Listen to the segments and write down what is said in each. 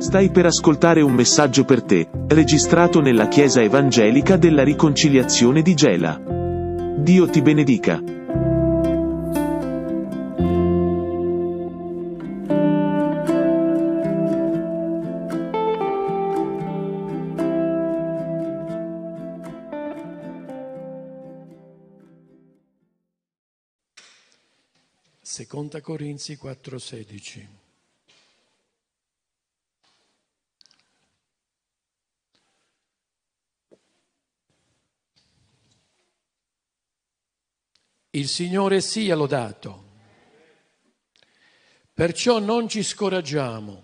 Stai per ascoltare un messaggio per te, registrato nella Chiesa Evangelica della Riconciliazione di Gela. Dio ti benedica. Seconda Corinzi 4,16. Il Signore sia lodato. Perciò non ci scoraggiamo,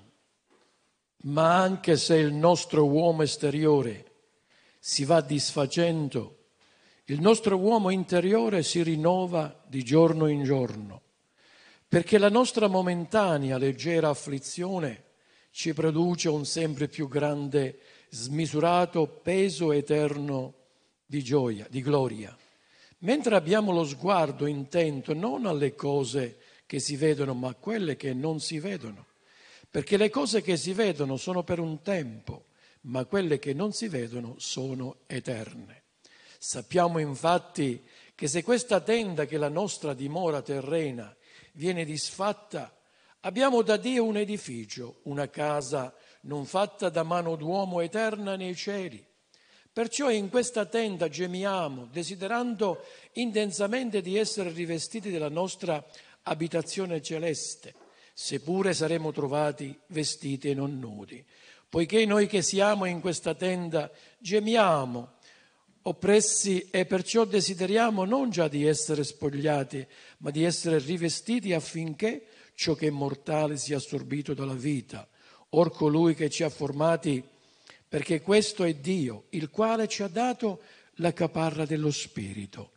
ma anche se il nostro uomo esteriore si va disfacendo, il nostro uomo interiore si rinnova di giorno in giorno, perché la nostra momentanea leggera afflizione ci produce un sempre più grande, smisurato peso eterno di gioia, di gloria. Mentre abbiamo lo sguardo intento non alle cose che si vedono, ma a quelle che non si vedono. Perché le cose che si vedono sono per un tempo, ma quelle che non si vedono sono eterne. Sappiamo infatti che se questa tenda, che è la nostra dimora terrena, viene disfatta, abbiamo da Dio un edificio, una casa non fatta da mano d'uomo, eterna nei cieli. Perciò in questa tenda gemiamo, desiderando intensamente di essere rivestiti della nostra abitazione celeste, seppure saremo trovati vestiti e non nudi. Poiché noi che siamo in questa tenda gemiamo, oppressi, e perciò desideriamo non già di essere spogliati, ma di essere rivestiti affinché ciò che è mortale sia assorbito dalla vita. Or colui che ci ha formati, perché questo è Dio, il quale ci ha dato la caparra dello Spirito.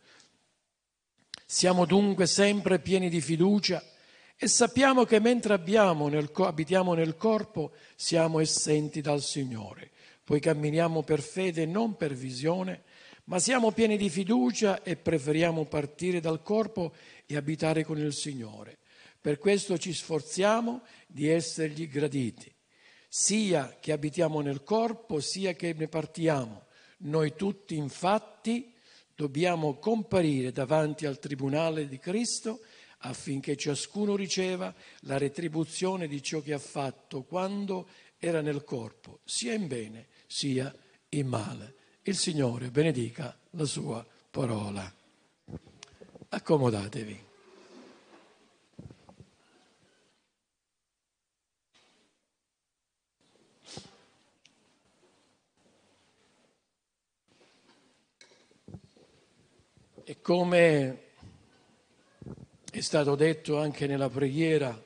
Siamo dunque sempre pieni di fiducia e sappiamo che mentre abitiamo nel corpo siamo essenti dal Signore. Poi camminiamo per fede e non per visione, ma siamo pieni di fiducia e preferiamo partire dal corpo e abitare con il Signore. Per questo ci sforziamo di essergli graditi, sia che abitiamo nel corpo, sia che ne partiamo. Noi tutti, infatti, dobbiamo comparire davanti al tribunale di Cristo affinché ciascuno riceva la retribuzione di ciò che ha fatto quando era nel corpo, sia in bene sia in male. Il Signore benedica la sua parola. Accomodatevi. E come è stato detto anche nella preghiera,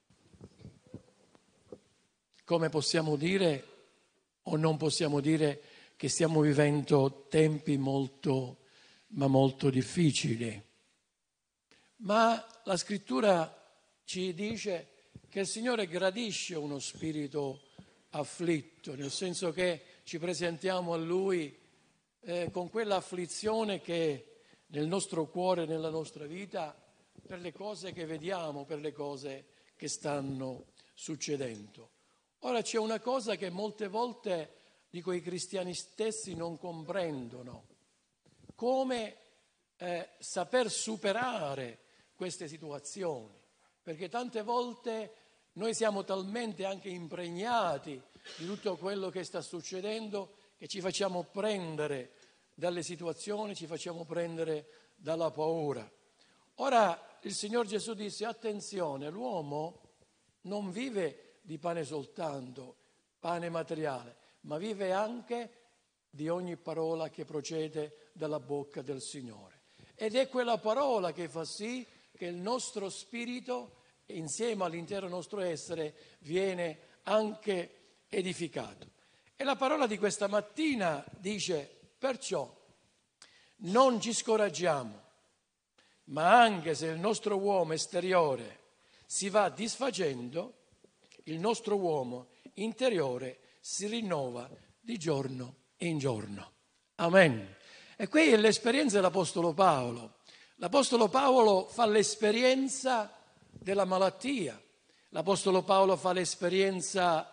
come possiamo dire o non possiamo dire che stiamo vivendo tempi molto, ma molto difficili. Ma la Scrittura ci dice che il Signore gradisce uno spirito afflitto, nel senso che ci presentiamo a Lui con quella afflizione che nel nostro cuore, nella nostra vita, per le cose che vediamo, per le cose che stanno succedendo. Ora c'è una cosa che molte volte, dico, i cristiani stessi non comprendono: come saper superare queste situazioni, perché tante volte noi siamo talmente anche impregnati di tutto quello che sta succedendo che ci facciamo prendere dalle situazioni, ci facciamo prendere dalla paura. Ora il Signor Gesù disse: attenzione, l'uomo non vive di pane soltanto, pane materiale, ma vive anche di ogni parola che procede dalla bocca del Signore. Ed è quella parola che fa sì che il nostro spirito, insieme all'intero nostro essere, viene anche edificato. E la parola di questa mattina dice: perciò non ci scoraggiamo, ma anche se il nostro uomo esteriore si va disfacendo, il nostro uomo interiore si rinnova di giorno in giorno. Amen. E qui è l'esperienza dell'Apostolo Paolo. L'Apostolo Paolo fa l'esperienza della malattia. L'Apostolo Paolo fa l'esperienza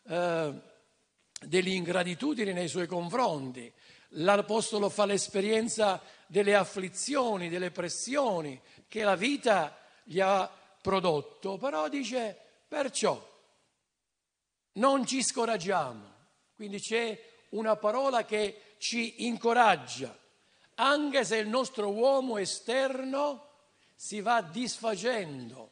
dell'ingratitudine nei suoi confronti. L'Apostolo fa l'esperienza delle afflizioni, delle pressioni che la vita gli ha prodotto, però dice: perciò non ci scoraggiamo. Quindi c'è una parola che ci incoraggia, anche se il nostro uomo esterno si va disfacendo.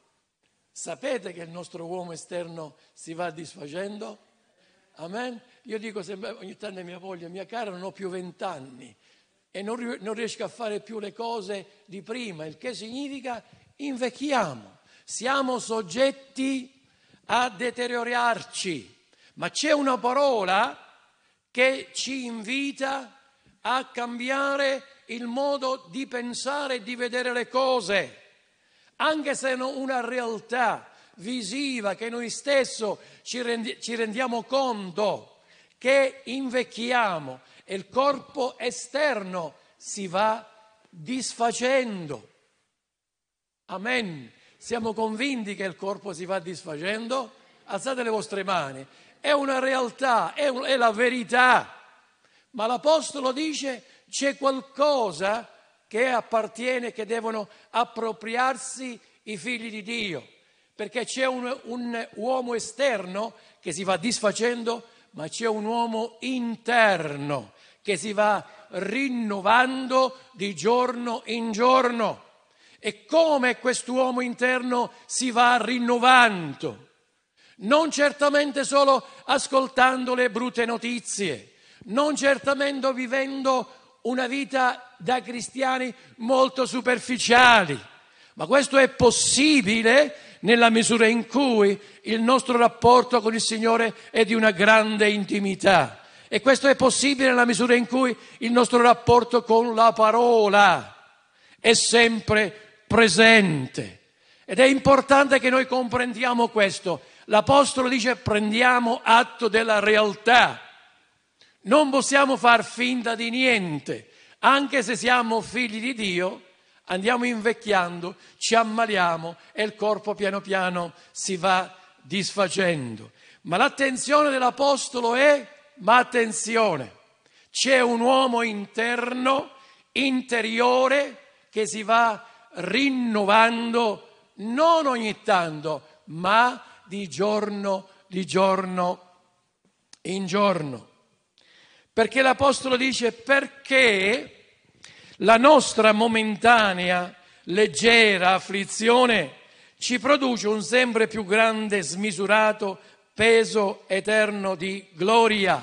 Sapete che il nostro uomo esterno si va disfacendo? Amen? Io dico sempre ogni tanto a mia moglie: mia cara, non ho più 20 anni e non riesco a fare più le cose di prima, il che significa invecchiamo, siamo soggetti a deteriorarci, ma c'è una parola che ci invita a cambiare il modo di pensare e di vedere le cose, anche se è una realtà visiva che noi stessi ci rendiamo conto che invecchiamo e il corpo esterno si va disfacendo. Amen. Siamo convinti che il corpo si va disfacendo? Alzate le vostre mani. È una realtà, è la verità. Ma l'Apostolo dice: c'è qualcosa che appartiene, che devono appropriarsi i figli di Dio, perché c'è un uomo esterno che si va disfacendo, ma c'è un uomo interno che si va rinnovando di giorno in giorno. E come quest'uomo interno si va rinnovando? Non certamente solo ascoltando le brutte notizie, non certamente vivendo una vita da cristiani molto superficiali, ma questo è possibile nella misura in cui il nostro rapporto con il Signore è di una grande intimità, e questo è possibile nella misura in cui il nostro rapporto con la parola è sempre presente. Ed è importante che noi comprendiamo questo. L'Apostolo dice: prendiamo atto della realtà. Non possiamo far finta di niente, anche se siamo figli di Dio. Andiamo invecchiando, ci ammaliamo e il corpo piano piano si va disfacendo. Ma l'attenzione dell'Apostolo è: ma attenzione, c'è un uomo interno, interiore, che si va rinnovando non ogni tanto, ma di giorno in giorno. Perché l'Apostolo dice: perché la nostra momentanea, leggera afflizione ci produce un sempre più grande, smisurato peso eterno di gloria.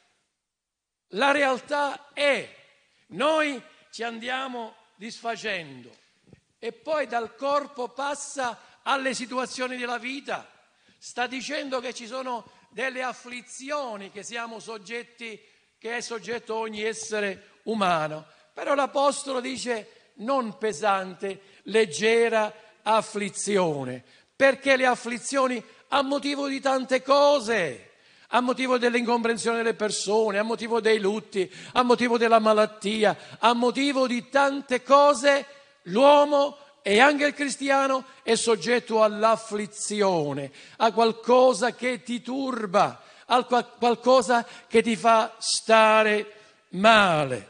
La realtà è: noi ci andiamo disfacendo e poi dal corpo passa alle situazioni della vita. Sta dicendo che ci sono delle afflizioni che siamo soggetti, che è soggetto ogni essere umano. Però l'Apostolo dice: non pesante, leggera afflizione, perché le afflizioni a motivo di tante cose, a motivo dell'incomprensione delle persone, a motivo dei lutti, a motivo della malattia, a motivo di tante cose, l'uomo e anche il cristiano è soggetto all'afflizione, a qualcosa che ti turba, a qualcosa che ti fa stare male.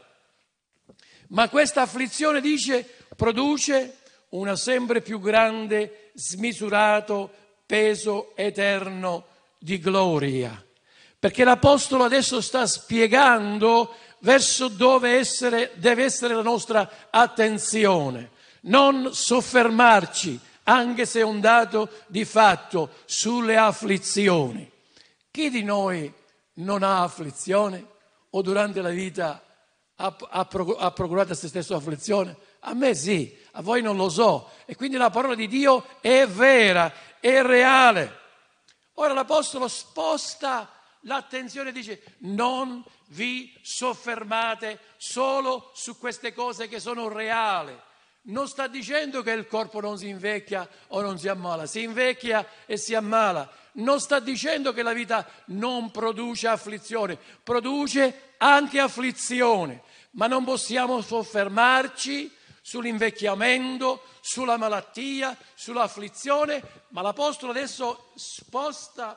Ma questa afflizione, dice, produce una sempre più grande, smisurato peso eterno di gloria. Perché l'Apostolo adesso sta spiegando verso dove deve essere la nostra attenzione. Non soffermarci, anche se è un dato di fatto, sulle afflizioni. Chi di noi non ha afflizione o durante la vita ha procurato a se stesso afflizione? A me sì, a voi non lo so. E quindi la parola di Dio è vera, è reale. Ora l'Apostolo sposta l'attenzione e dice: non vi soffermate solo su queste cose che sono reali. Non sta dicendo che il corpo non si invecchia o non si ammala, si invecchia e si ammala. Non sta dicendo che la vita non produce afflizione, produce anche afflizione, ma non possiamo soffermarci sull'invecchiamento, sulla malattia, sull'afflizione. Ma l'Apostolo adesso sposta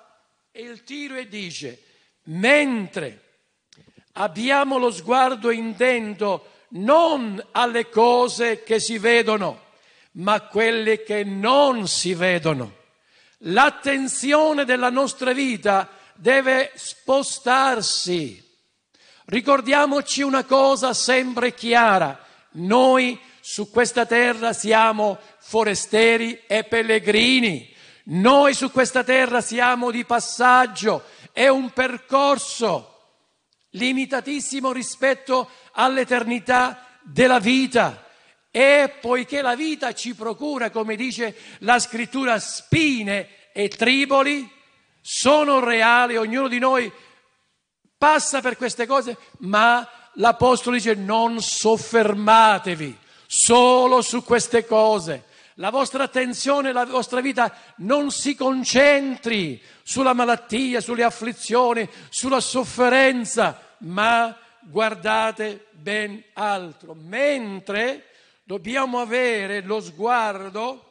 e il tiro e dice: mentre abbiamo lo sguardo intento non alle cose che si vedono, ma a quelle che non si vedono. L'attenzione della nostra vita deve spostarsi. Ricordiamoci una cosa sempre chiara: noi su questa terra siamo forestieri e pellegrini, noi su questa terra siamo di passaggio, è un percorso limitatissimo rispetto all'eternità della vita. E poiché la vita ci procura, come dice la scrittura, spine e triboli, sono reali, ognuno di noi passa per queste cose, ma l'Apostolo dice: non soffermatevi solo su queste cose. La vostra attenzione, la vostra vita non si concentri sulla malattia, sulle afflizioni, sulla sofferenza, ma guardate ben altro. Mentre dobbiamo avere lo sguardo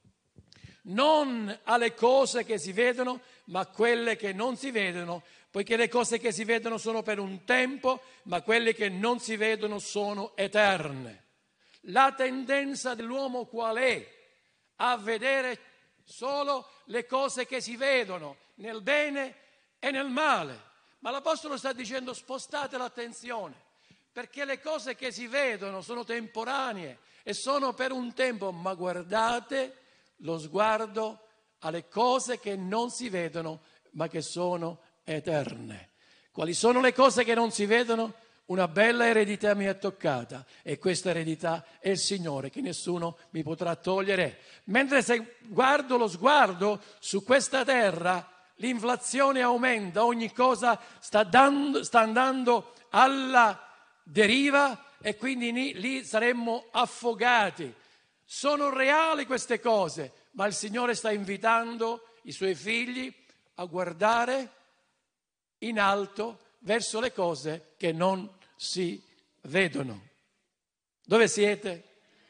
non alle cose che si vedono, ma a quelle che non si vedono, poiché le cose che si vedono sono per un tempo, ma quelle che non si vedono sono eterne. La tendenza dell'uomo qual è? A vedere solo le cose che si vedono, nel bene e nel male. Ma l'Apostolo sta dicendo: spostate l'attenzione, perché le cose che si vedono sono temporanee e sono per un tempo, ma guardate lo sguardo alle cose che non si vedono, ma che sono eterne. Quali sono le cose che non si vedono? Una bella eredità mi è toccata, e questa eredità è il Signore, che nessuno mi potrà togliere. Mentre se guardo lo sguardo su questa terra, l'inflazione aumenta, ogni cosa sta andando alla deriva, e quindi lì saremmo affogati. Sono reali queste cose, ma il Signore sta invitando i Suoi figli a guardare in alto verso le cose che non si vedono. Dove siete?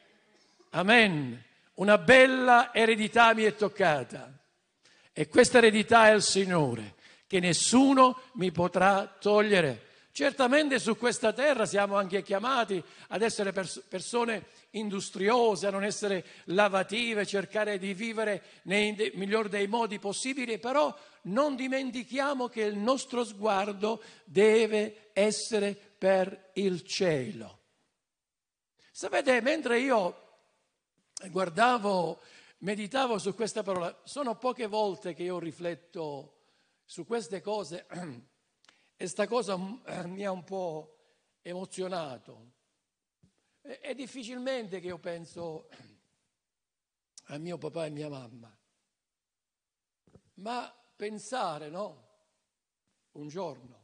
Amen. Una bella eredità mi è toccata, e questa eredità è il Signore, che nessuno mi potrà togliere. Certamente su questa terra siamo anche chiamati ad essere persone industriose, a non essere lavative, cercare di vivere nei miglior dei modi possibili, però non dimentichiamo che il nostro sguardo deve essere per il cielo. Sapete, mentre io meditavo su questa parola, sono poche volte che io rifletto su queste cose, e sta cosa mi ha un po' emozionato. È difficilmente che io penso a mio papà e mia mamma, ma pensare, no, un giorno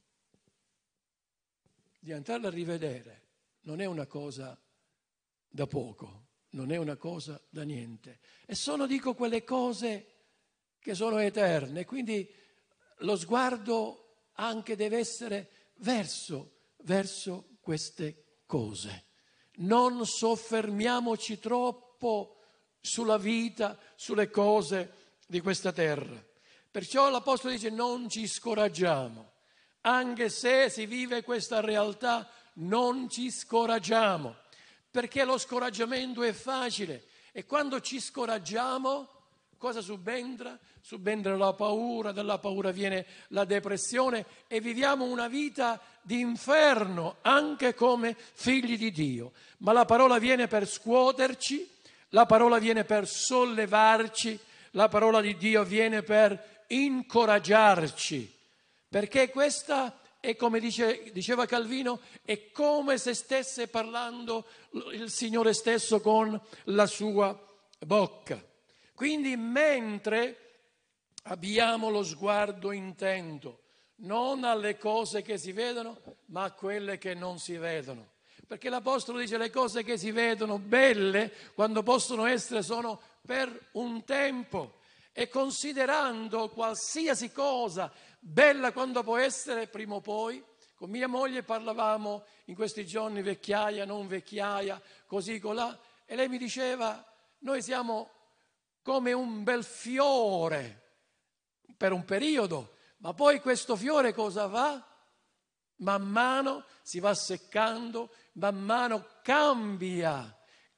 di andarla a rivedere non è una cosa da poco, non è una cosa da niente. E dico, quelle cose che sono eterne, quindi lo sguardo anche deve essere verso queste cose. Non soffermiamoci troppo sulla vita, sulle cose di questa terra. Perciò l'Apostolo dice: non ci scoraggiamo. Anche se si vive questa realtà, non ci scoraggiamo, perché lo scoraggiamento è facile, e quando ci scoraggiamo cosa subentra? Subentra la paura, dalla paura viene la depressione, e viviamo una vita di inferno anche come figli di Dio. Ma la parola viene per scuoterci, la parola viene per sollevarci, la parola di Dio viene per incoraggiarci, perché questa è, come diceva Calvino, è come se stesse parlando il Signore stesso con la sua bocca. Quindi mentre abbiamo lo sguardo intento non alle cose che si vedono, ma a quelle che non si vedono, perché l'Apostolo dice: le cose che si vedono belle, quando possono essere, sono per un tempo, e considerando qualsiasi cosa bella quando può essere, prima o poi, con mia moglie parlavamo in questi giorni vecchiaia, non vecchiaia, così colà, e lei mi diceva: noi siamo come un bel fiore, per un periodo, ma poi questo fiore cosa fa? Man mano si va seccando, man mano cambia,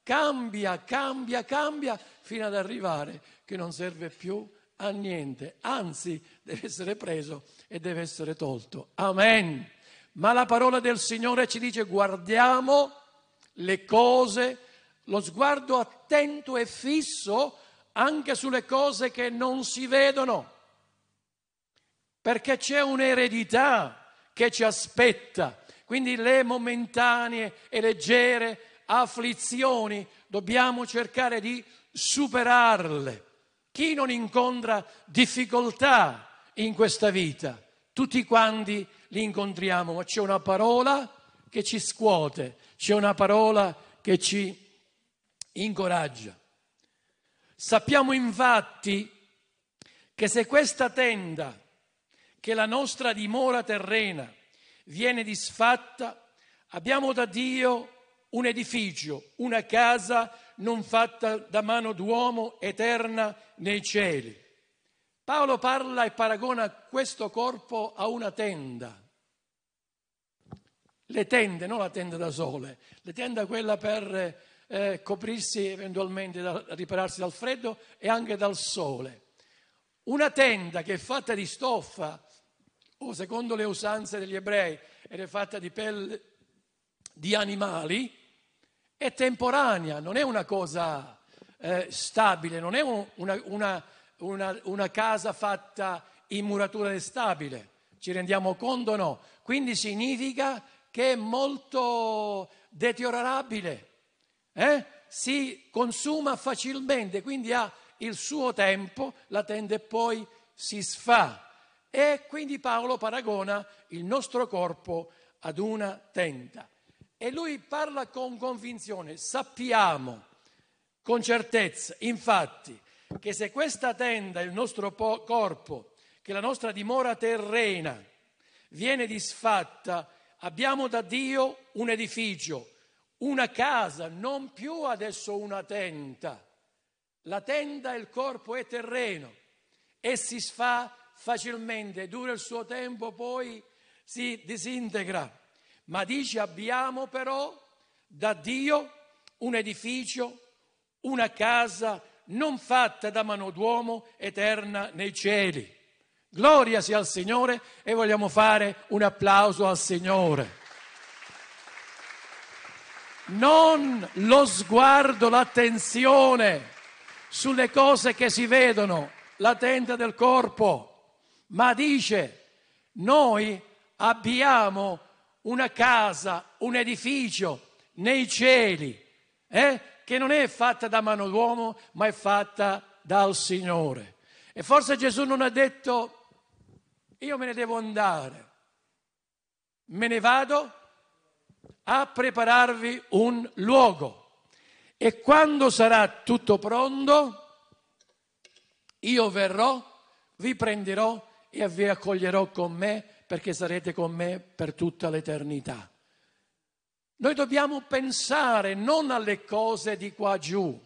fino ad arrivare che non serve più a niente, anzi deve essere preso e deve essere tolto. Amen. Ma la parola del Signore ci dice: guardiamo le cose, lo sguardo attento e fisso anche sulle cose che non si vedono, perché c'è un'eredità che ci aspetta. Quindi le momentanee e leggere afflizioni dobbiamo cercare di superarle. Chi non incontra difficoltà in questa vita? Tutti quanti li incontriamo, ma c'è una parola che ci scuote, c'è una parola che ci incoraggia. Sappiamo infatti che se questa tenda, che è la nostra dimora terrena, viene disfatta, abbiamo da Dio un edificio, una casa non fatta da mano d'uomo, eterna nei cieli. Paolo parla e paragona questo corpo a una tenda. Le tende, non la tenda da sole, le tende quella per coprirsi eventualmente, ripararsi dal freddo e anche dal sole. Una tenda che è fatta di stoffa, o secondo le usanze degli ebrei era fatta di pelle di animali, è temporanea, non è una cosa stabile, non è una casa fatta in muratura stabile, ci rendiamo conto? No. Quindi significa che è molto deteriorabile, si consuma facilmente, quindi ha il suo tempo, la tenda e poi si sfà. E quindi Paolo paragona il nostro corpo ad una tenda. E lui parla con convinzione: sappiamo con certezza, infatti, che se questa tenda, il nostro corpo, che è la nostra dimora terrena, viene disfatta, abbiamo da Dio un edificio, una casa, non più adesso una tenda. La tenda, il corpo è terreno e si sfà facilmente, dura il suo tempo, poi si disintegra. Ma dice: abbiamo però da Dio un edificio, una casa non fatta da mano d'uomo, eterna nei cieli. Gloria sia al Signore, e vogliamo fare un applauso al Signore. Non lo sguardo, l'attenzione sulle cose che si vedono, la tenda del corpo, ma dice: noi abbiamo una casa, un edificio nei cieli, che non è fatta da mano d'uomo, ma è fatta dal Signore. E forse Gesù non ha detto: io me ne devo andare, me ne vado a prepararvi un luogo, e quando sarà tutto pronto io verrò, vi prenderò e vi accoglierò con me, perché sarete con me per tutta l'eternità. Noi dobbiamo pensare non alle cose di qua giù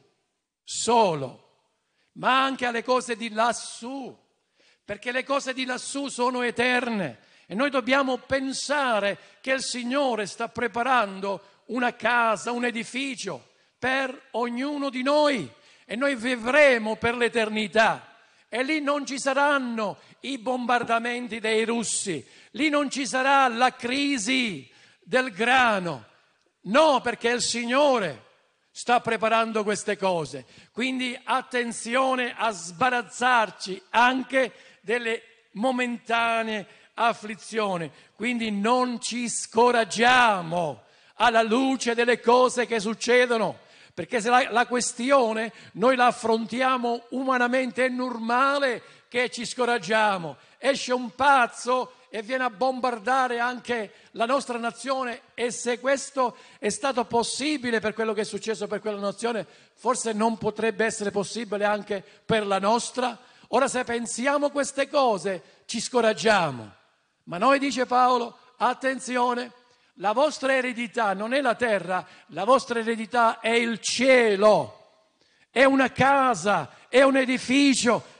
solo, ma anche alle cose di lassù, perché le cose di lassù sono eterne, e noi dobbiamo pensare che il Signore sta preparando una casa, un edificio per ognuno di noi, e noi vivremo per l'eternità. E lì non ci saranno i bombardamenti dei russi, lì non ci sarà la crisi del grano, no, perché il Signore sta preparando queste cose. Quindi attenzione a sbarazzarci anche delle momentanee afflizioni. Quindi non ci scoraggiamo alla luce delle cose che succedono, perché se la questione noi la affrontiamo umanamente, è normale che ci scoraggiamo. Esce un pazzo e viene a bombardare anche la nostra nazione, e se questo è stato possibile per quello che è successo per quella nazione, forse non potrebbe essere possibile anche per la nostra. Ora, se pensiamo queste cose ci scoraggiamo, ma noi, dice Paolo, attenzione, la vostra eredità non è la terra, la vostra eredità è il cielo, è una casa, è un edificio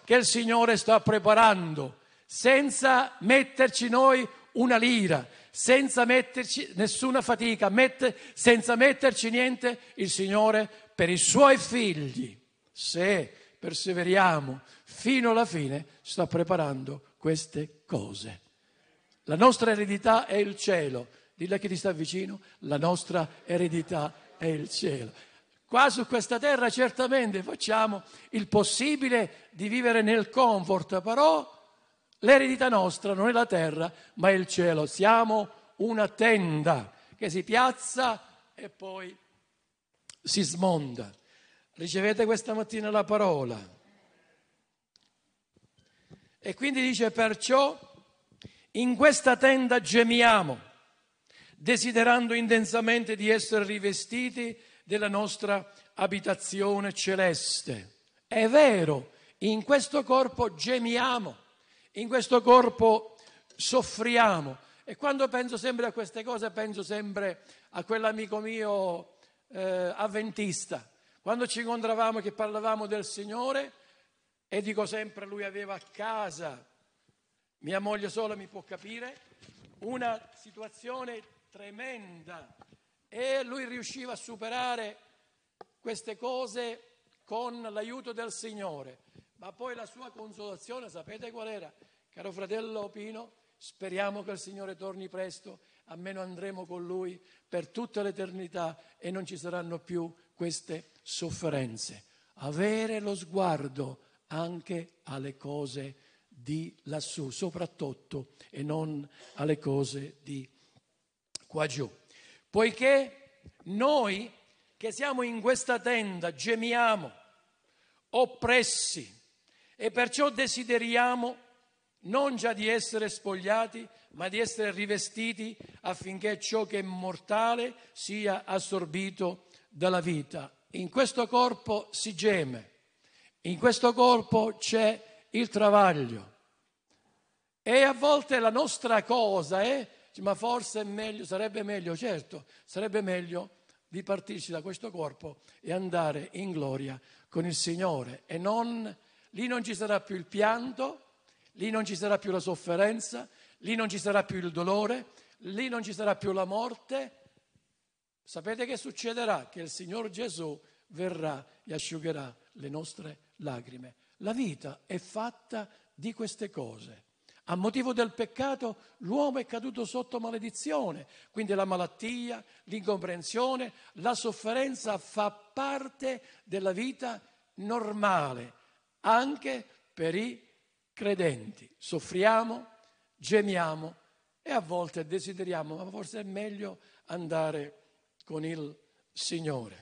che il Signore sta preparando, senza metterci noi una lira, senza metterci nessuna fatica, senza metterci niente, il Signore per i Suoi figli, se perseveriamo fino alla fine, sta preparando queste cose. La nostra eredità è il cielo. Dilla a chi ti sta vicino, la nostra eredità è il cielo. Qua su questa terra certamente facciamo il possibile di vivere nel comfort, però l'eredità nostra non è la terra, ma è il cielo. Siamo una tenda che si piazza e poi si smonta. Ricevete questa mattina la parola. E quindi dice: perciò in questa tenda gemiamo, desiderando intensamente di essere rivestiti della nostra abitazione celeste. È vero, in questo corpo gemiamo, in questo corpo soffriamo. E quando penso sempre a queste cose, penso sempre a quell'amico mio avventista. Quando ci incontravamo che parlavamo del Signore, e dico sempre, lui aveva a casa, mia moglie sola mi può capire, una situazione tremenda, e lui riusciva a superare queste cose con l'aiuto del Signore. Ma poi la sua consolazione, sapete qual era? Caro fratello Pino, speriamo che il Signore torni presto, almeno andremo con Lui per tutta l'eternità e non ci saranno più queste sofferenze. Avere lo sguardo anche alle cose di lassù, soprattutto, e non alle cose di qua giù. Poiché noi che siamo in questa tenda gemiamo, oppressi, e perciò desideriamo non già di essere spogliati, ma di essere rivestiti affinché ciò che è mortale sia assorbito dalla vita. In questo corpo si geme, in questo corpo c'è il travaglio, e a volte la nostra cosa è: ma forse è meglio, sarebbe meglio, certo, sarebbe meglio di partirci da questo corpo e andare in gloria con il Signore. E lì non ci sarà più il pianto, lì non ci sarà più la sofferenza, lì non ci sarà più il dolore, lì non ci sarà più la morte. Sapete che succederà? Che il Signore Gesù verrà e asciugherà le nostre lacrime. La vita è fatta di queste cose. A motivo del peccato l'uomo è caduto sotto maledizione, quindi la malattia, l'incomprensione, la sofferenza fa parte della vita normale, anche per i credenti. Soffriamo, gemiamo e a volte desideriamo, ma forse è meglio andare con il Signore.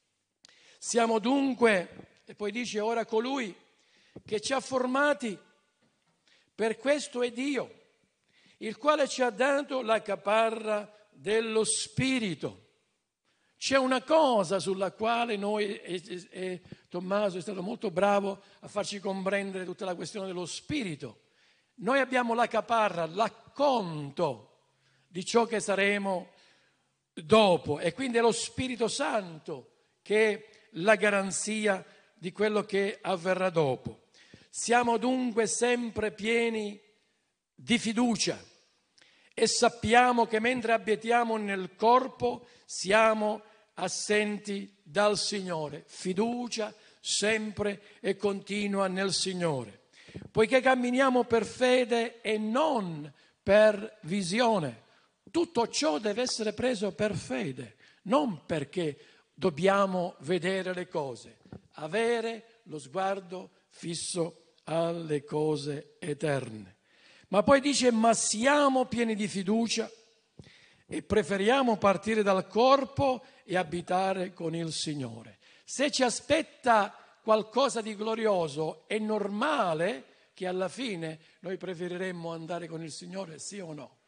Siamo dunque, e poi dice: ora colui che ci ha formati per questo è Dio, il quale ci ha dato la caparra dello Spirito. C'è una cosa sulla quale noi, e Tommaso è stato molto bravo a farci comprendere tutta la questione dello Spirito. Noi abbiamo la caparra, l'acconto di ciò che saremo dopo, e quindi è lo Spirito Santo che è la garanzia di quello che avverrà dopo. Siamo dunque sempre pieni di fiducia e sappiamo che mentre abitiamo nel corpo siamo assenti dal Signore. Fiducia sempre e continua nel Signore. Poiché camminiamo per fede e non per visione. Tutto ciò deve essere preso per fede, non perché dobbiamo vedere le cose, avere lo sguardo fisso alle cose eterne. Ma poi dice: ma siamo pieni di fiducia e preferiamo partire dal corpo e abitare con il Signore. Se ci aspetta qualcosa di glorioso, è normale che alla fine noi preferiremmo andare con il Signore, sì o no?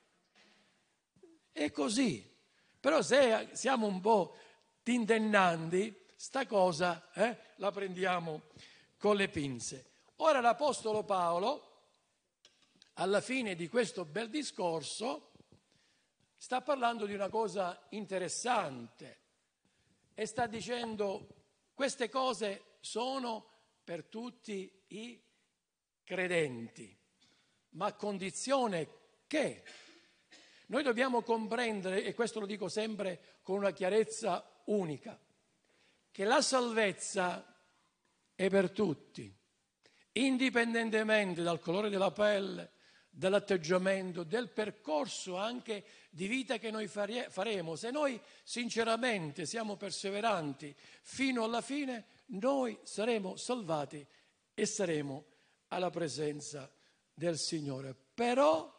È così. Però se siamo un po' tintennanti, sta cosa la prendiamo con le pinze. Ora l'Apostolo Paolo, alla fine di questo bel discorso, sta parlando di una cosa interessante e sta dicendo: queste cose sono per tutti i credenti, ma a condizione che noi dobbiamo comprendere, e questo lo dico sempre con una chiarezza unica, che la salvezza è per tutti, indipendentemente dal colore della pelle, dall'atteggiamento, del percorso anche di vita che noi faremo. Se noi sinceramente siamo perseveranti fino alla fine, noi saremo salvati e saremo alla presenza del Signore. Però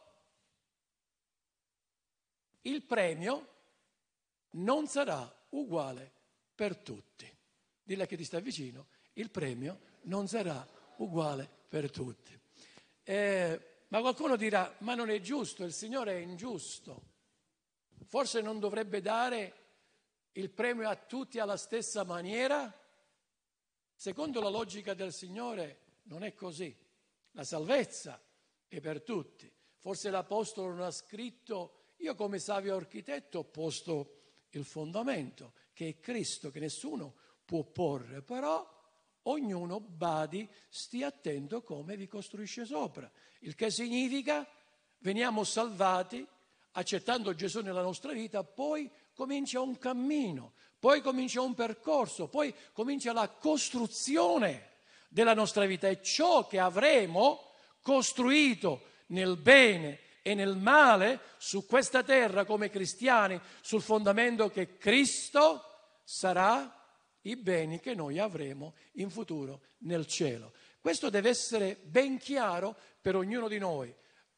il premio non sarà uguale per tutti. Dilla che ti sta vicino, il premio non sarà uguale per tutti. Ma qualcuno dirà, ma non è giusto, il Signore è ingiusto. Forse non dovrebbe dare il premio a tutti alla stessa maniera? Secondo la logica del Signore non è così. La salvezza è per tutti. Forse l'Apostolo non ha scritto, io come savio architetto ho posto il fondamento, che è Cristo, che nessuno può porre, però ognuno badi, stia attento come vi costruisce sopra. Il che significa veniamo salvati accettando Gesù nella nostra vita, poi comincia un cammino, poi comincia un percorso, poi comincia la costruzione della nostra vita e ciò che avremo costruito nel bene e nel male su questa terra come cristiani, sul fondamento che Cristo sarà i beni che noi avremo in futuro nel cielo. Questo deve essere ben chiaro per ognuno di noi.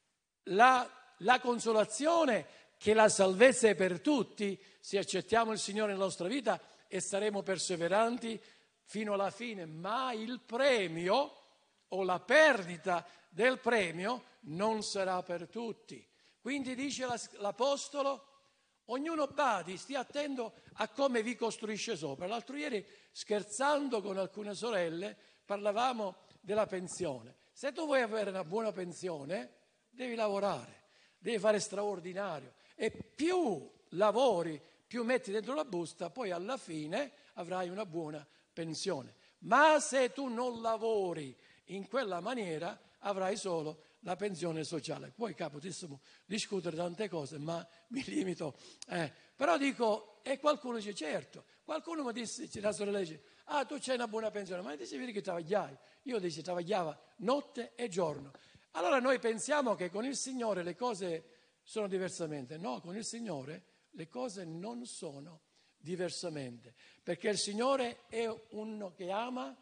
La consolazione che la salvezza è per tutti, se accettiamo il Signore nella nostra vita e saremo perseveranti fino alla fine, ma il premio o la perdita del premio non sarà per tutti. Quindi dice l'Apostolo, ognuno badi, stia attento a come vi costruisce sopra. L'altro ieri, scherzando con alcune sorelle, parlavamo della pensione. Se tu vuoi avere una buona pensione, devi lavorare, devi fare straordinario. E più lavori, più metti dentro la busta, poi alla fine avrai una buona pensione. Ma se tu non lavori in quella maniera, avrai solo la pensione sociale. Poi potessimo discutere tante cose, ma mi limito. Però dico, e qualcuno dice, certo, qualcuno mi disse, la sorella dice, tu c'hai una buona pensione, ma dice, vedi che travagliai. Io dice, travagliava notte e giorno. Allora noi pensiamo che con il Signore le cose sono diversamente. No, con il Signore le cose non sono diversamente, perché il Signore è uno che ama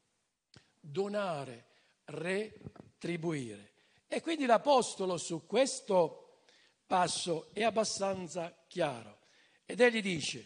donare, retribuire. E quindi l'Apostolo su questo passo è abbastanza chiaro. Ed egli dice,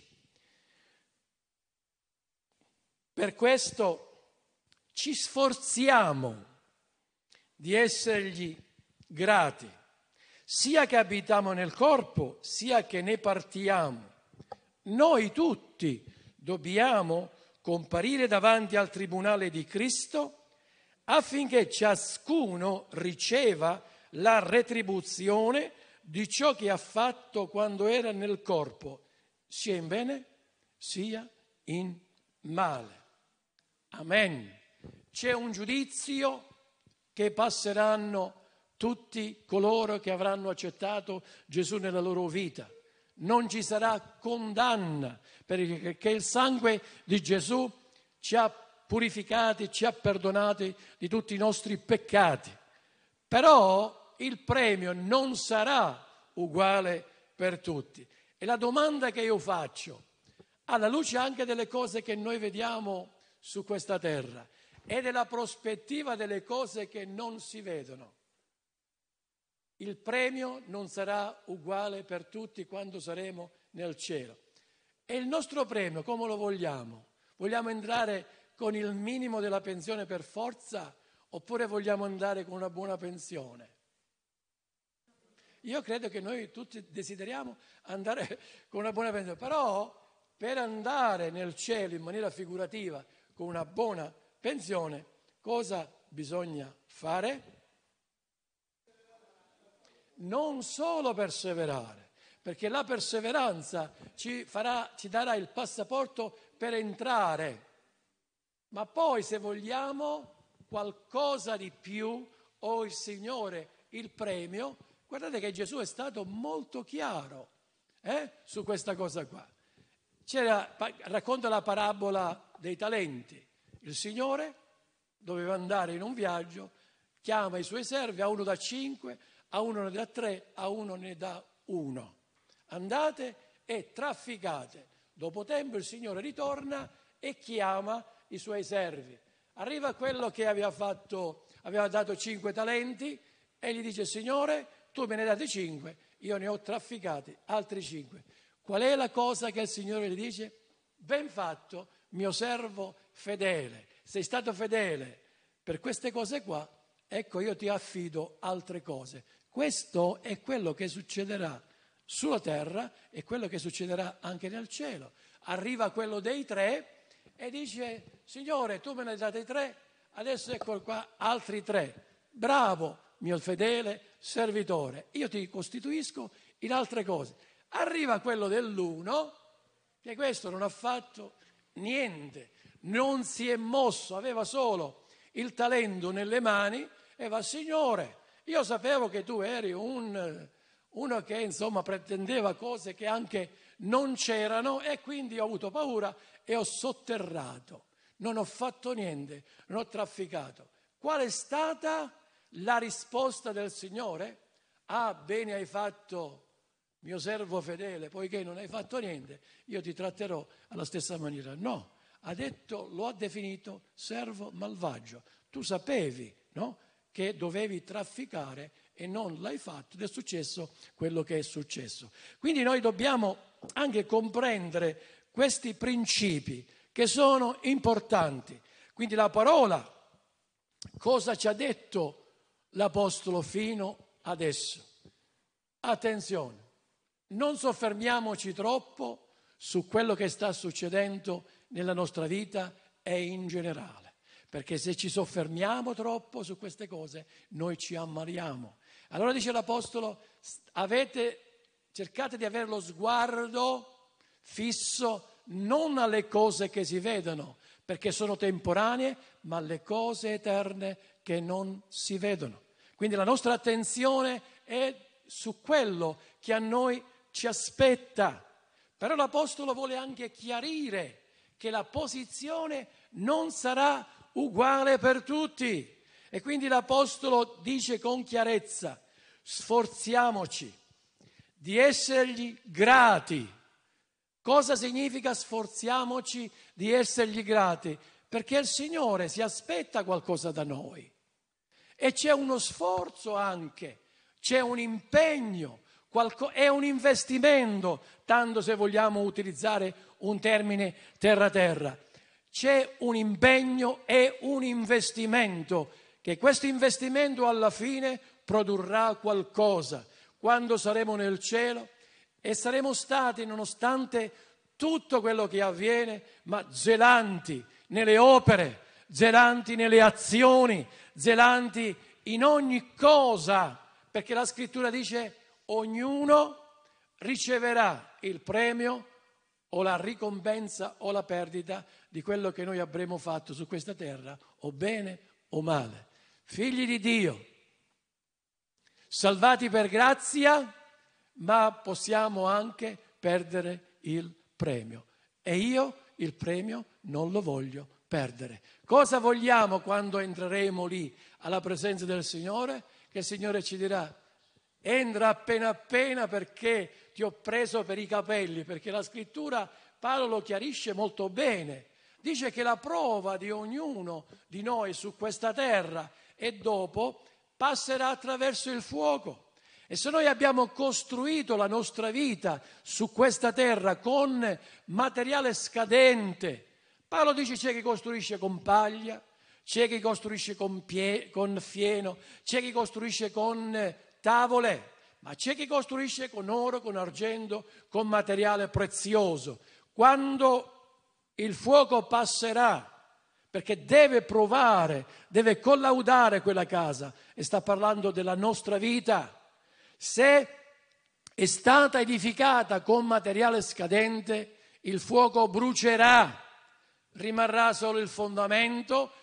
per questo ci sforziamo di essergli grati, sia che abitiamo nel corpo, sia che ne partiamo. Noi tutti dobbiamo comparire davanti al tribunale di Cristo affinché ciascuno riceva la retribuzione di ciò che ha fatto quando era nel corpo, sia in bene sia in male. Amen. C'è un giudizio che passeranno tutti coloro che avranno accettato Gesù nella loro vita. Non ci sarà condanna, perché il sangue di Gesù ci ha purificati, ci ha perdonati di tutti i nostri peccati. Però il premio non sarà uguale per tutti. E la domanda che io faccio, alla luce anche delle cose che noi vediamo su questa terra e della prospettiva delle cose che non si vedono, il premio non sarà uguale per tutti quando saremo nel cielo. E il nostro premio, come lo vogliamo? Vogliamo entrare con il minimo della pensione per forza oppure vogliamo andare con una buona pensione? Io credo che noi tutti desideriamo andare con una buona pensione, però per andare nel cielo in maniera figurativa con una buona pensione, cosa bisogna fare? Non solo perseverare, perché la perseveranza ci darà il passaporto per entrare, ma poi se vogliamo qualcosa di più o il Signore il premio, guardate che Gesù è stato molto chiaro su questa cosa qua. Racconta la parabola dei talenti. Il Signore doveva andare in un viaggio, chiama i suoi servi, a uno dà 5, a uno ne dà 3, a uno ne dà 1. Andate e trafficate. Dopo tempo il Signore ritorna e chiama i suoi servi. Arriva quello che aveva dato 5 talenti e gli dice: Signore, tu me ne hai dati 5, io ne ho trafficati altri 5. Qual è la cosa che il Signore gli dice? Ben fatto, mio servo fedele. Sei stato fedele per queste cose qua, ecco io ti affido altre cose. Questo è quello che succederà sulla terra e quello che succederà anche nel cielo. Arriva quello dei 3 e dice: Signore, tu me ne hai dati 3, adesso ecco qua altri 3. Bravo, mio fedele servitore, io ti costituisco in altre cose. Arriva quello dell'1, che questo non ha fatto niente, non si è mosso, aveva solo il talento nelle mani e va: Signore, io sapevo che tu eri uno che insomma pretendeva cose che anche non c'erano e quindi ho avuto paura e ho sotterrato, non ho fatto niente, non ho trafficato. Qual è stata la risposta del Signore? Ah, bene hai fatto, mio servo fedele, poiché non hai fatto niente, io ti tratterò alla stessa maniera. No, lo ha definito servo malvagio. Tu sapevi, no, che dovevi trafficare e non l'hai fatto ed è successo quello che è successo. Quindi noi dobbiamo anche comprendere questi principi che sono importanti. Quindi la parola, cosa ci ha detto l'Apostolo fino adesso? Attenzione, non soffermiamoci troppo su quello che sta succedendo nella nostra vita e in generale, perché se ci soffermiamo troppo su queste cose noi ci ammaliamo. Allora dice l'Apostolo: cercate di avere lo sguardo fisso non alle cose che si vedono, perché sono temporanee, ma alle cose eterne che non si vedono. Quindi la nostra attenzione è su quello che a noi ci aspetta. Però l'Apostolo vuole anche chiarire che la posizione non sarà uguale per tutti. E quindi l'Apostolo dice con chiarezza: sforziamoci di essergli grati. Cosa significa sforziamoci di essergli grati? Perché il Signore si aspetta qualcosa da noi e c'è uno sforzo anche, c'è un impegno, è un investimento, tanto se vogliamo utilizzare un termine terra-terra. C'è un impegno e un investimento, che questo investimento alla fine produrrà qualcosa quando saremo nel cielo e saremo stati, nonostante tutto quello che avviene, ma zelanti nelle opere, zelanti nelle azioni, zelanti in ogni cosa, perché la Scrittura dice: ognuno riceverà il premio o la ricompensa o la perdita di quello che noi avremo fatto su questa terra, o bene o male. Figli di Dio, salvati per grazia, ma possiamo anche perdere il premio. E io il premio non lo voglio perdere. Cosa vogliamo quando entreremo lì alla presenza del Signore? Che il Signore ci dirà: entra appena appena perché ti ho preso per i capelli, perché la Scrittura, Paolo lo chiarisce molto bene. Dice che la prova di ognuno di noi su questa terra e dopo passerà attraverso il fuoco. E se noi abbiamo costruito la nostra vita su questa terra con materiale scadente, Paolo dice: c'è chi costruisce con paglia, c'è chi costruisce con fieno, c'è chi costruisce con tavole, ma c'è chi costruisce con oro, con argento, con materiale prezioso. Quando il fuoco passerà, perché deve provare, deve collaudare quella casa, e sta parlando della nostra vita. Se è stata edificata con materiale scadente, il fuoco brucerà, rimarrà solo il fondamento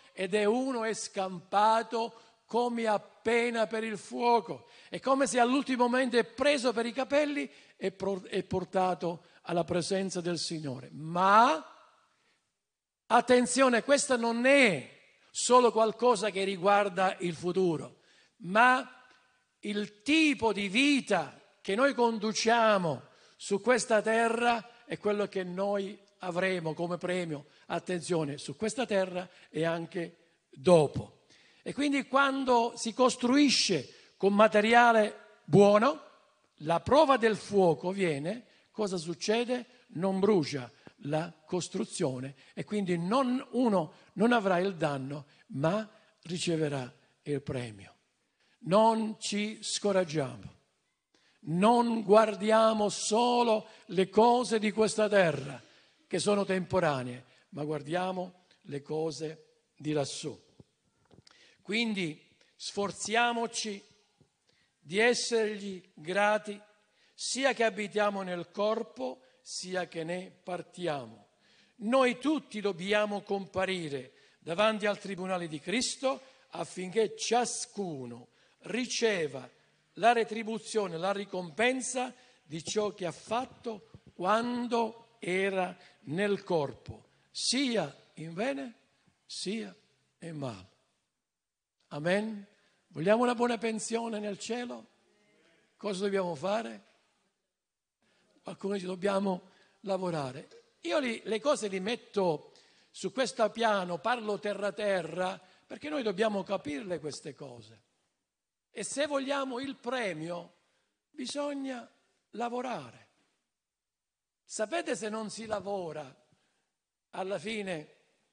ed uno è scampato come appena per il fuoco. È come se all'ultimo momento è preso per i capelli e portato alla presenza del Signore. Ma, attenzione, questo non è solo qualcosa che riguarda il futuro, ma il tipo di vita che noi conduciamo su questa terra è quello che noi avremo come premio, attenzione, su questa terra e anche dopo. E quindi quando si costruisce con materiale buono, la prova del fuoco viene, cosa succede? Non brucia la costruzione e quindi uno non avrà il danno, ma riceverà il premio. Non ci scoraggiamo, non guardiamo solo le cose di questa terra che sono temporanee, ma guardiamo le cose di lassù. Quindi sforziamoci di essergli grati, sia che abitiamo nel corpo, sia che ne partiamo. Noi tutti dobbiamo comparire davanti al tribunale di Cristo affinché ciascuno riceva la retribuzione, la ricompensa di ciò che ha fatto quando era nel corpo, sia in bene sia in male. Amen? Vogliamo una buona pensione nel cielo? Cosa dobbiamo fare? Qualcuno dice dobbiamo lavorare. Io le cose li metto su questo piano, parlo terra, perché noi dobbiamo capirle queste cose. E se vogliamo il premio, bisogna lavorare. Sapete, se non si lavora, alla fine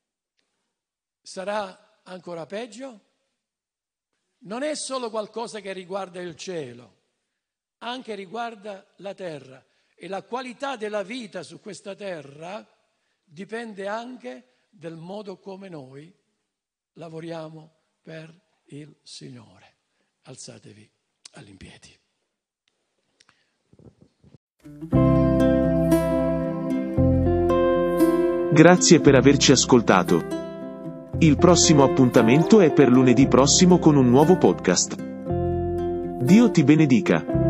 sarà ancora peggio? Non è solo qualcosa che riguarda il cielo, anche riguarda la terra. E la qualità della vita su questa terra dipende anche del modo come noi lavoriamo per il Signore. Alzatevi all'impiedi. Grazie per averci ascoltato. Il prossimo appuntamento è per lunedì prossimo con un nuovo podcast. Dio ti benedica.